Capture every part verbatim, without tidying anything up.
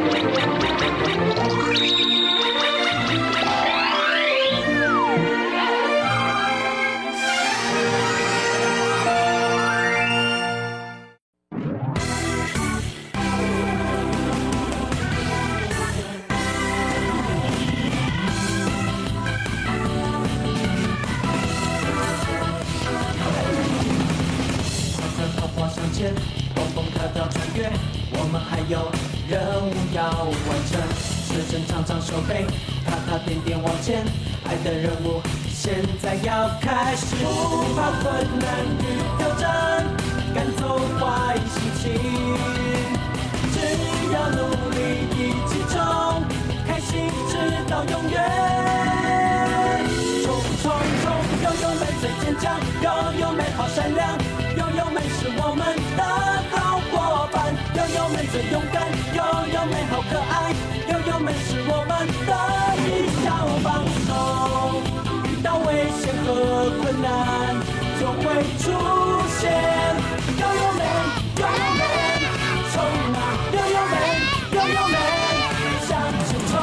蹦蹦跳跳穿越，我们还有任务要完成。时针长长手背，踏踏点点往前，爱的任务现在要开始。不怕困难与挑战，赶走坏心情，只要努力一起冲，开心直到永远。冲冲冲，悠悠们最坚强，悠悠们好善良。悠悠们是我们的好伙伴，悠悠们最勇敢，悠悠们好可爱，悠悠们是我们的一小帮手。遇到危险和困难就会出现，悠悠们，悠悠们，冲啊，悠悠们，悠悠们，向前冲！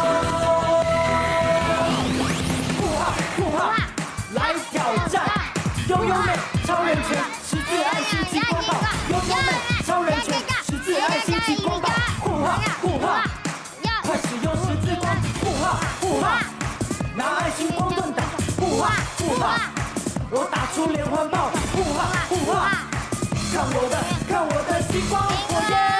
呼哈呼哈，来挑战，悠悠们，超人拳。爱心起光宝，悠悠们超人拳，十字爱心起光宝，呼哈呼哈，快使用十字光，呼哈呼哈，拿爱心光盾打，呼哈呼哈，我打出连环炮，呼哈呼哈，看我的看我的激光火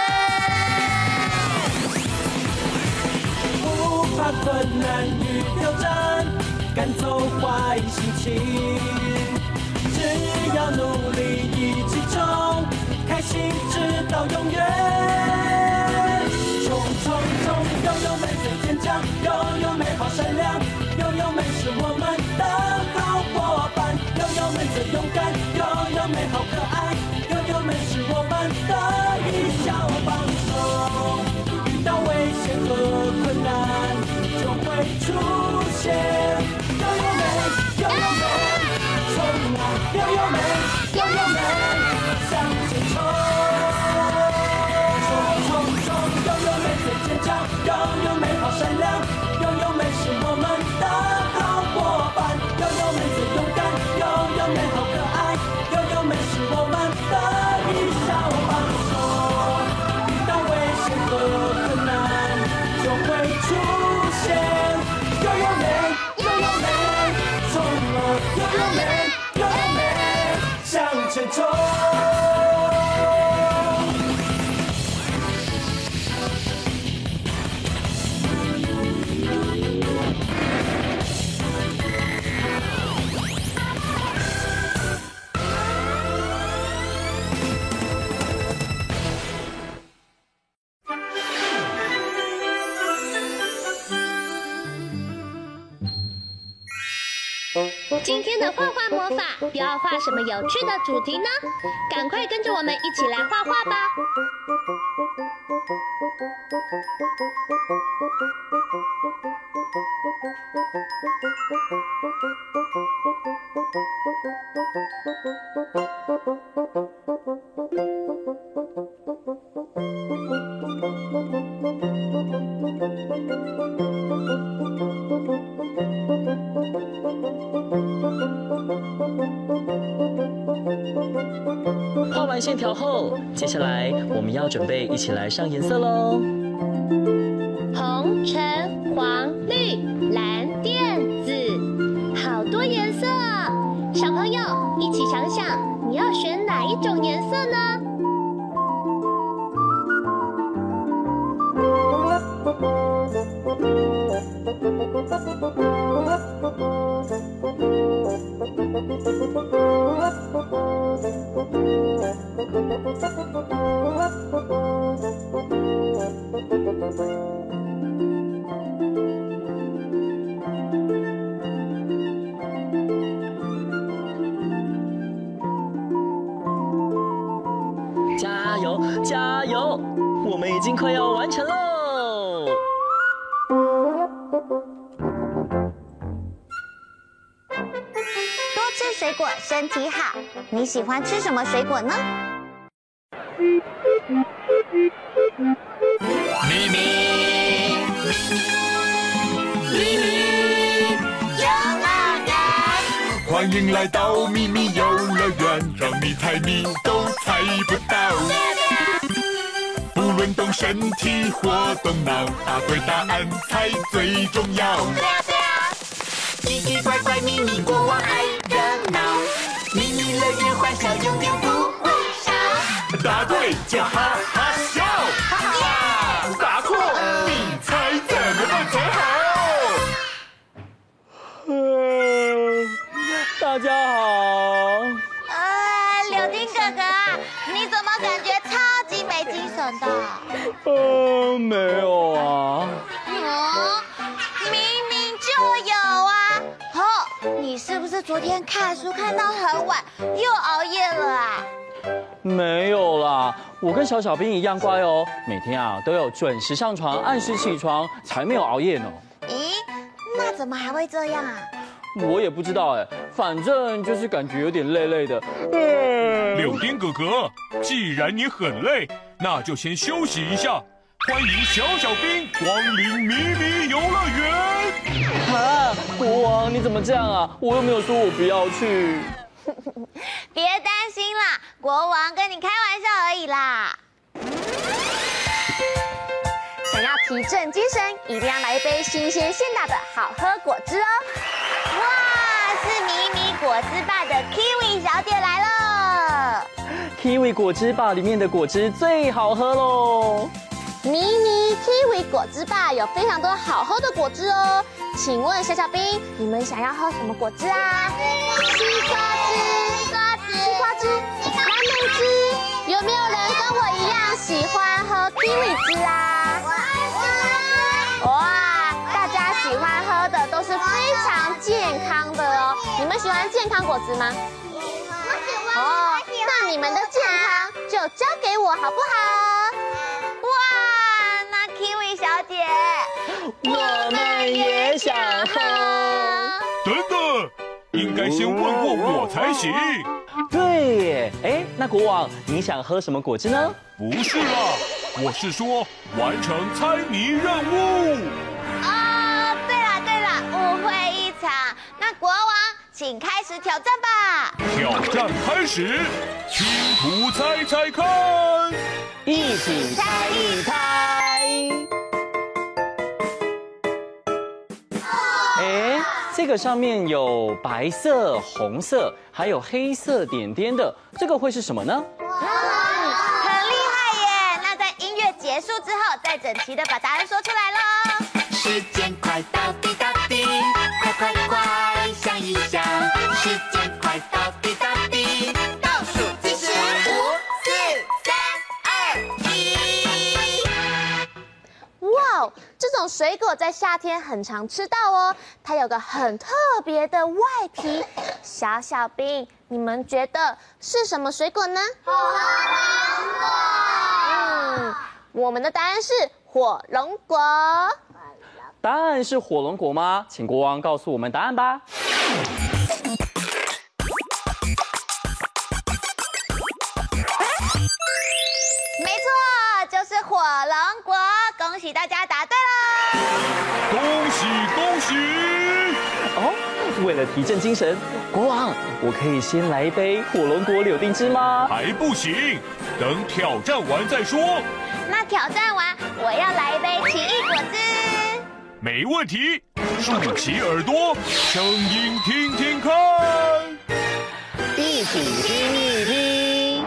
焰，不怕困难与挑战，赶走坏心情。只要努力一起冲，开心直到永远。冲冲冲，悠悠们最坚强，悠悠们好善良，悠悠们是我们的好伙伴，悠悠们最勇敢，悠悠们好可爱，悠悠们是我们的一小帮手。遇到危险和困难就会出现，悠悠们，悠悠们。冲啊，悠悠们，悠悠们，向前冲！冲冲冲，悠悠们最坚强，悠悠们好善良，悠悠们是我们的好伙伴，悠悠们最勇敢，悠悠们好可爱，悠悠们是我们的一小帮手。遇到危险和困难就会出现，悠悠们，悠悠们，冲啊，悠悠们。向前冲！ 今天的画画魔法要画什么有趣的主题呢？赶快跟着我们一起来画画吧！ 画完线条后，接下来我们要准备一起来上颜色喽。 红、橙、黄、绿、蓝、靛、紫，好多颜色哦！小朋友，一起想想，你要选哪一种颜色呢？ 加油，加油！我们已经快要完成喽！ 多吃水果身体好，你喜欢吃什么水果呢？ 咪咪秘密游乐园，欢迎来到秘密游乐园，让你猜谜都猜不到。不论动身体或动脑，答对答案才最重要。对呀对呀，奇奇怪怪秘密国王爱热闹，秘密乐园欢笑永远不会少。答对就哈哈笑，哈哈！答错你猜怎么办才好？ 大家好。 呃，柳丁哥哥啊，你怎么感觉超级没精神的？ 呃，没有啊。 嗯，明明就有啊！哦，你是不是昨天看书看到很晚，又熬夜了啊？ 没有啦，我跟小小兵一样乖哦，每天啊都有准时上床，按时起床，才没有熬夜呢。 咦，那怎么还会这样啊？ 我也不知道哎，反正就是感觉有点累累的。 柳丁哥哥，既然你很累，那就先休息一下。欢迎小小兵光临秘密游乐园。 啊，国王你怎么这样啊？我又没有说我不要去。 别担心啦，国王跟你开玩笑而已啦。想要提振精神，一定要来一杯新鲜现打的好喝果汁哦。哇，是迷你果汁吧的 Kiwi 小姐来了。 Kiwi 果汁吧里面的果汁最好喝喽。 迷你 Kiwi 果汁吧有非常多好喝的果汁哦。请问小小兵，你们想要喝什么果汁啊？西瓜汁、西瓜汁、西瓜汁、蓝莓汁。有没有人跟我一样喜欢喝 Kiwi 汁啊？哇，大家喜欢喝的都是非常健康的哦。你们喜欢健康果汁吗？ 我喜欢。 哦，那你们的健康就交给我好不好？ 哇，那 Kiwi 小姐， 我们也想喝。 等等，应该先问过我才行。 对耶，哎，那国王你想喝什么果汁呢？ 不是啦，我是说完成猜谜任务。 哦，对了对了，误会一场。那国王，请开始挑战吧。 挑战开始，拼图猜猜看， 一起猜一猜。哎，这个上面有白色、红色，还有黑色点点的，这个会是什么呢？ 很厉害耶！那在音乐结束之后，再整齐的把答案说出来喽。 时间快到滴答滴，快快快想一想，时间快到滴答滴，倒数计时五、四、三、二、一。 哇，这种水果在夏天很常吃到哦，它有个很特别的外皮。小小兵，你们觉得是什么水果呢？火龙果。嗯，我们的答案是火龙果。 答案是火龙果吗？请国王告诉我们答案吧。 没错，就是火龙果，恭喜大家答对了。 恭喜恭喜！ 哦，为了提振精神，国王，我可以先来一杯火龙果柳丁汁吗？ 还不行，等挑战完再说。 那挑战完，我要来一杯奇异果汁。 没问题，竖起耳朵，声音听听看， 一起听一听。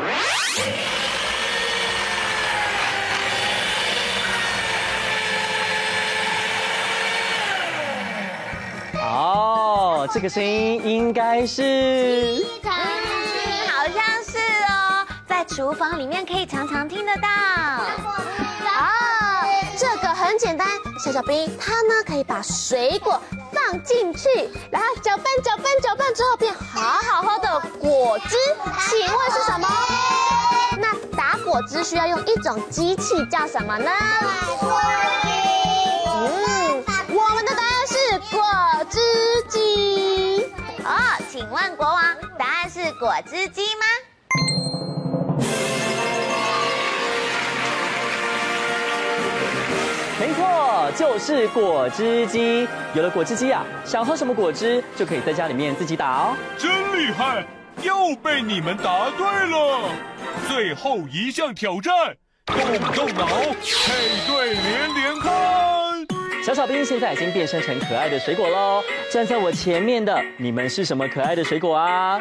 哦，这个声音应该是…… 嗯，好像是哦，在厨房里面可以常常听得到。 啊，这个很简单，小小兵他呢可以把水果放进去，然后搅拌搅拌搅拌之后变好好喝的果汁，请问是什么？那打果汁需要用一种机器，叫什么呢？嗯，我们的答案是果汁机。 哦，请问国王，答案是果汁机吗？ 没错， 就是果汁机。有了果汁机啊，想喝什么果汁就可以在家里面自己打哦。 真厉害，又被你们答对了。最后一项挑战，动动脑，配对连连看。 小小兵现在已经变身成可爱的水果喽。站在我前面的，你们是什么可爱的水果啊？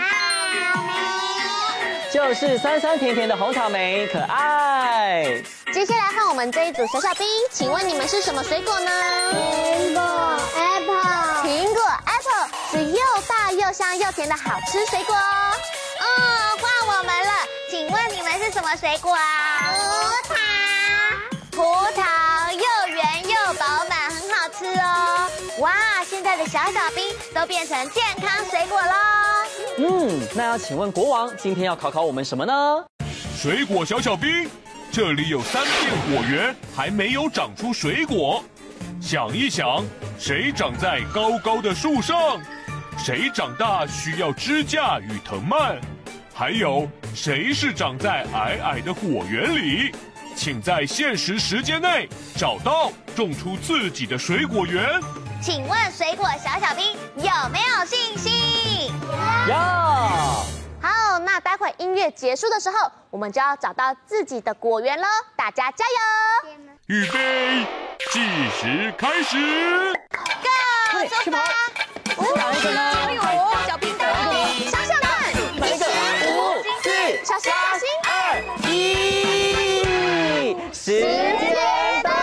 就是酸酸甜甜的红草莓，可爱。 接下来换我们这一组小小兵，请问你们是什么水果呢？ 苹果 apple， 苹果 apple 是又大又香又甜的好吃水果哦。 嗯，换我们了，请问你们是什么水果啊？葡萄， 葡萄又圆又饱满，很好吃哦。哇，现在的小小兵都变成健康水果喽。 嗯，那要请问国王，今天要考考我们什么呢？ 水果小小兵，这里有三片果园，还没有长出水果。想一想，谁长在高高的树上？谁长大需要支架与藤蔓？还有，谁是长在矮矮的果园里？请在限时时间内找到种出自己的水果园。 请问水果小小兵有没有信心？ 要。 好，那待会音乐结束的时候，我们就要找到自己的果园喽，大家加油！ 预备，计时开始。 Go， 出发！ 哪一个呢？ 五，小兵加油！想想看， 哪一个？五、四、 小心小心！ 二、一，时间到！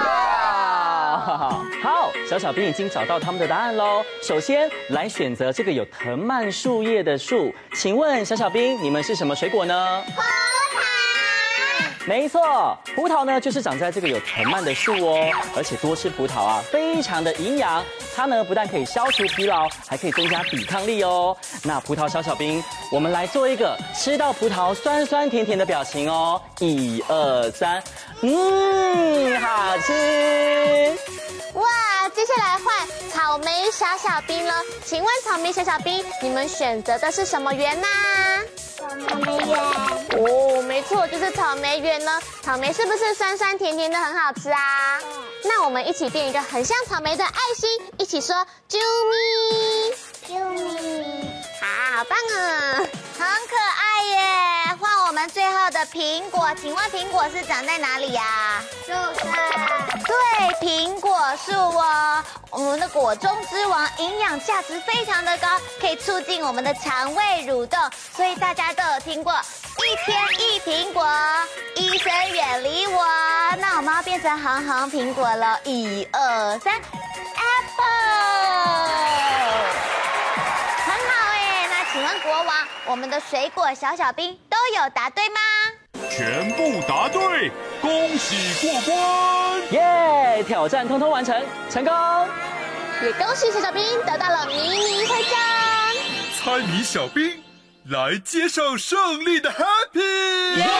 好，小小兵已经找到他们的答案喽。首先来选择这个有藤蔓树叶的树，请问小小兵，你们是什么水果呢？ 葡萄。 没错，葡萄呢就是长在这个有藤蔓的树哦，而且多吃葡萄啊，非常的营养。它呢不但可以消除疲劳，还可以增加抵抗力哦。那葡萄小小兵，我们来做一个吃到葡萄酸酸甜甜的表情哦。一二三，嗯，好吃。 哇，接下来换草莓小小兵了。请问草莓小小兵，你们选择的是什么园呢？ 草莓园哦，没错，就是草莓园呢。草莓是不是酸酸甜甜的，很好吃啊？那我们一起变一个很像草莓的爱心，一起说“啾咪啾咪， 好，好棒啊！ 很可爱耶！换我们最后的苹果，请问苹果是长在哪里呀？树上。对，苹果树哦，我们的果中之王，营养价值非常的高，可以促进我们的肠胃蠕动，所以大家都有听过。 一天一苹果，医生远离我。那我们要变成红红苹果了，一二三 ，apple， 很好哎。那请问国王，我们的水果小小兵都有答对吗？ 全部答对，恭喜过关！ 耶，挑战通通完成，成功！ 也恭喜小小兵得到了迷你徽章。 猜谜小兵。 来接受胜利的 Happy！ 耶！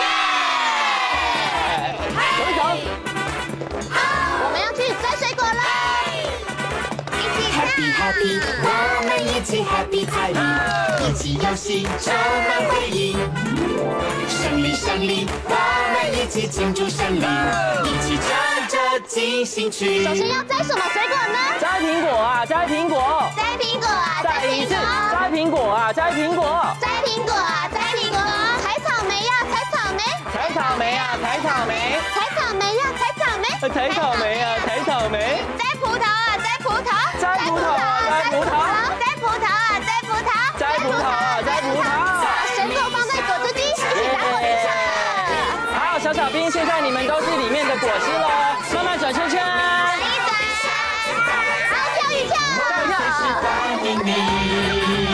走一走， 我们要去摘水果了， 一起 Happy Happy， 我们一起 Happy 参与，一起游戏充满回忆。胜利胜利，我们一起庆祝胜利，一起唱着进行曲。 首先要摘什么水果呢？ 摘苹果啊，摘苹果， 摘苹果啊，摘再一次， 苹果。 摘苹果啊，摘苹果， 摘苹果啊，摘苹果，采草莓呀，采草莓， 采草莓啊，采草莓， 采草莓呀，采草莓， 采草莓啊，采草莓， 摘葡萄啊，摘葡萄， 摘葡萄啊，摘葡萄， 摘葡萄啊，摘葡萄， 摘葡萄啊，摘葡萄， 把水果放在果汁机，一起打果汁机。 好，小小兵，现在你们都是里面的果汁喽，慢慢转圈圈， 转一转，好，跳一跳， 跳一跳， 欢迎你。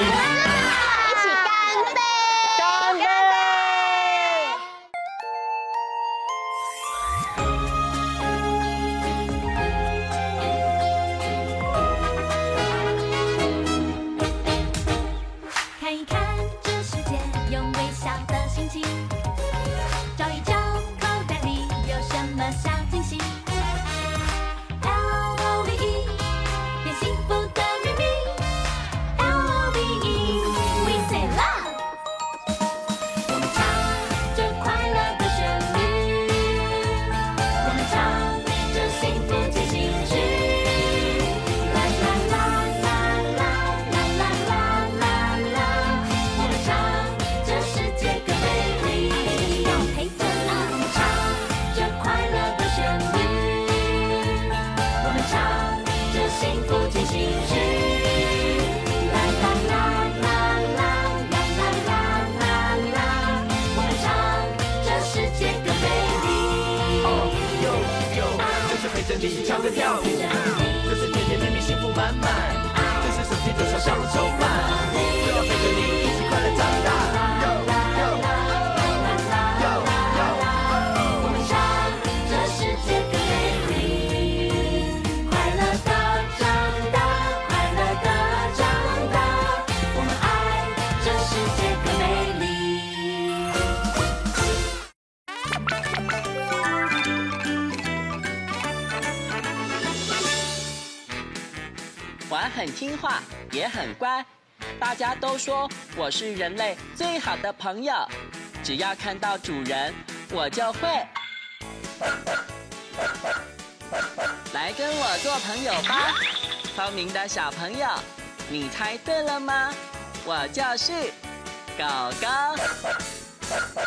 看一看这世界，用微笑的心情，找一找口袋里有什么小惊喜。 着你唱歌跳舞，就是甜甜蜜蜜幸福满满，这是手牵着手享受饭，我要陪着你一起快乐长大。 我很听话，也很乖，大家都说我是人类最好的朋友。只要看到主人，我就会来跟我做朋友吧。聪明的小朋友，你猜对了吗？我就是狗狗。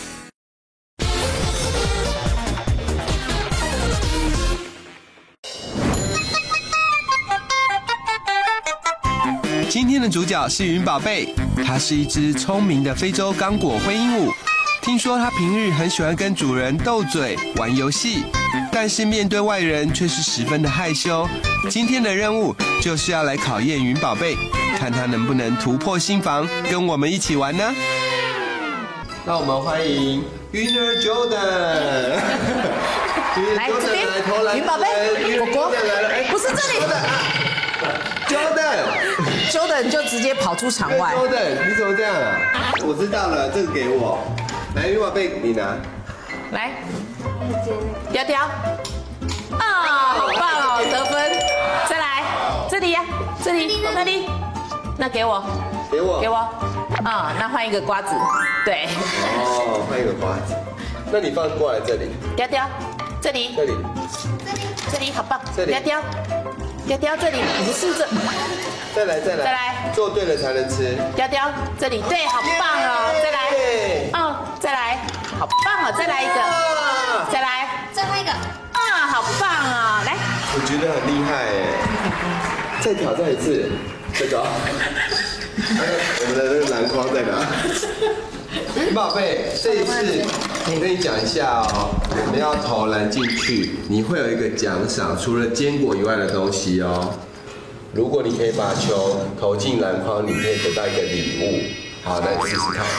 今天的主角是云宝贝，它是一只聪明的非洲刚果灰鹦鹉。听说它平日很喜欢跟主人斗嘴、玩游戏，但是面对外人却是十分的害羞。今天的任务就是要来考验云宝贝，看它能不能突破心防，跟我们一起玩呢？让我们欢迎 Winner Jordan。 来这边，云宝贝，果果，不是这里。Jordan，Jordan 就直接跑出场外。 Jordan， 你怎么这样啊？我知道了，这个给我。来，云宝贝，你拿。 来，雕雕。啊，好棒哦，得分。再来，这里呀，这里，那里，那给我。 给我。 给我。啊，那换一个瓜子。对。 哦，换一个瓜子。那你放过来这里。 雕雕，这里。 这里。 这里好棒。 这里。 雕雕。雕雕这里不是这， 再来再来再来， 做对了才能吃。 雕雕这里对，好棒哦，再来，嗯，再来，好棒哦，再来一个，再来， 最后一个， 啊，好棒哦，来， 我觉得很厉害哎，再挑战一次，这个，我们的那个篮筐在哪？云宝贝，这一次我跟你讲一下哦，我们要投篮进去，你会有一个奖赏，除了坚果以外的东西哦。如果你可以把球投进篮筐，你可以得到一个礼物。好，来试试看。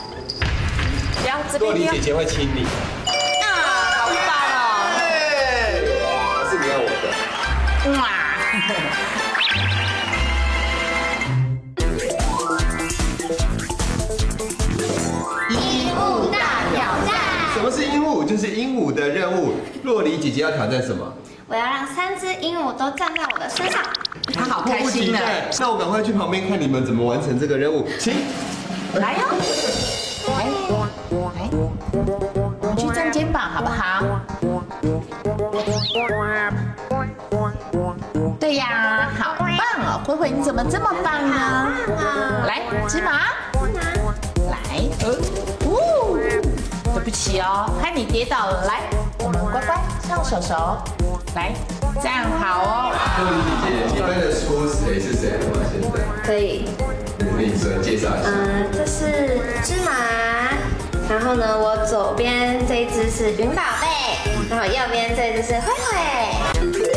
若梨姐姐会亲你。 啊，好棒哦！ 还是你要我的？哇！ 鹦鹉大挑战。 什么是鹦鹉？就是鹦鹉的任务。若梨姐姐要挑战什么？ 我要让三只鹦鹉都站在我的身上。 他好开心呢。 那我赶快去旁边看你们怎么完成这个任务。请， 来哟、哦，来，来，我们去站肩膀好不好？对呀，好棒哦！慧慧你怎么这么棒呢？来，芝麻，来，呃，哦，对不起哦，害你跌倒了。来，我们乖乖上手手，来，这样好哦。 若梨姐姐，你分得出谁是谁吗？现在可以。 我跟你说，介绍一下。 嗯，这是芝麻，然后呢，我左边这一只是云宝贝，然后右边这一只是慧慧。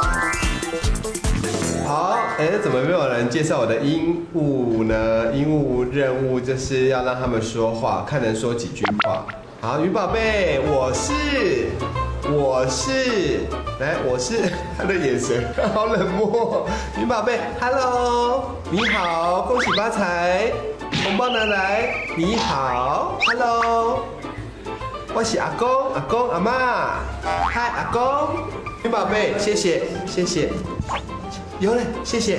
好，哎，怎么没有人介绍我的鹦鹉呢？鹦鹉任务就是要让他们说话，看能说几句话。好，云宝贝，我是，我是，来，我是，他的眼神好冷漠。云宝贝 ，Hello， 你好，恭喜发财，红包拿来，你好 ，Hello， 我是阿公，阿公阿妈，嗨，阿公，云宝贝，谢谢，谢谢。有嘞，谢谢。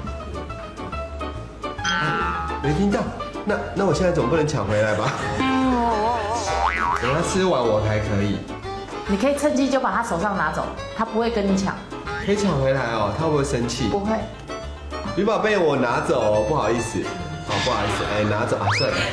没听到？那那我现在总不能抢回来吧？等他吃完我才可以。 你可以趁机就把他手上拿走，他不会跟你抢。 可以抢回来哦，他会不会生气？ 不会。 云宝贝，我拿走哦，不好意思。好，不好意思，哎，拿走啊，算了。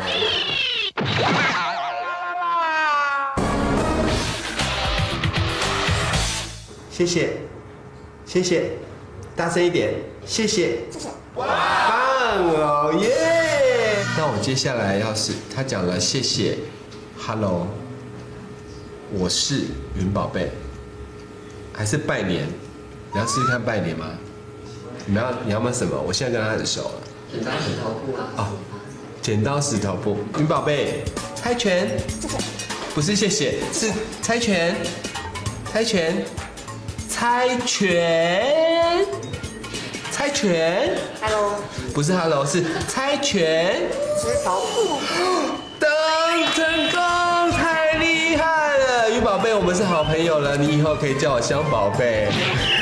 谢谢，谢谢。大声一点，谢谢，棒哦，耶！那我接下来要是他讲了谢谢 ，Hello， 我是云宝贝， 还是拜年？你要试试看拜年吗？你们要你要问什么？我现在跟他很熟了。剪刀石头布。哦，剪刀石头布。云宝贝，猜拳。不是谢谢，是猜拳。猜拳。猜拳。猜拳。 Hello。 不是 Hello， 是猜拳。 石头布。 登成功，太厉害了！云宝贝，我们是好朋友了，你以后可以叫我香宝贝。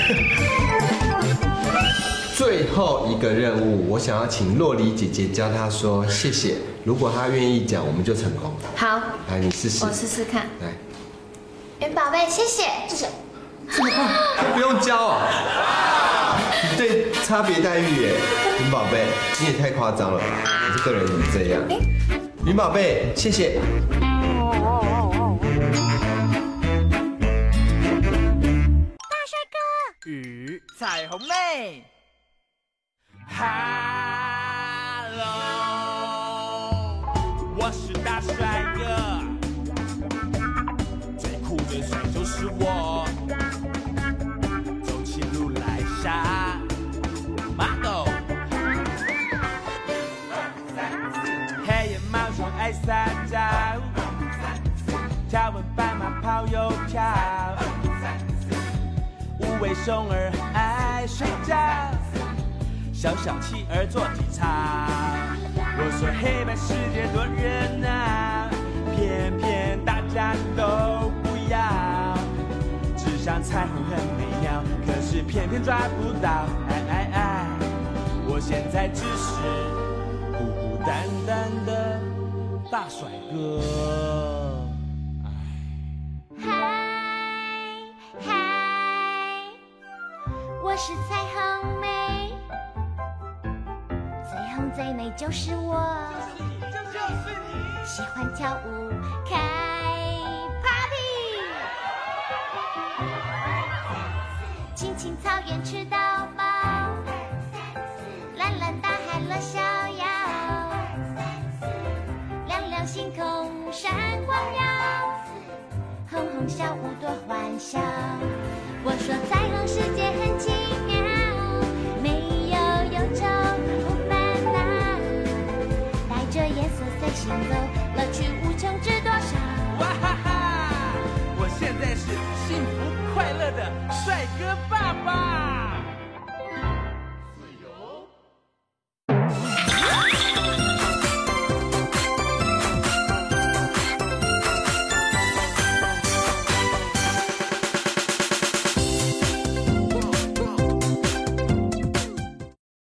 最后一个任务，我想要请洛黎姐姐教她说谢谢。如果她愿意讲，我们就成功。 好， 来，你试试。 我试试看。 来， 云宝贝，谢谢，谢谢。 这么快，不用教啊？你对差别待遇耶，云宝贝，你也太夸张了，你这个人怎么这样？云宝贝，谢谢。 大帅哥与彩虹妹 ，Hello， 我是大帅哥，最酷的帅就是我，走起路来傻 ，Model， 黑眼毛双爱撒娇，条纹白马跑又跳。无尾熊儿爱睡觉，小小企鹅做体操。我说黑白世界多热闹，偏偏大家都不要。只想彩虹很美妙，可是偏偏抓不到。哎哎哎，我现在只是孤孤单单的大帅哥。 我是彩虹妹，最红最美就是我，喜欢跳舞开 party， 青青草原吃到饱，蓝蓝大海乐逍遥，亮亮星空闪光耀，红红小舞多欢笑。我说彩虹世界很奇妙，没有忧愁不烦恼，带着颜色随心走，乐趣无穷知多少。 哇哈哈！我现在是幸福快乐的帅哥爸爸。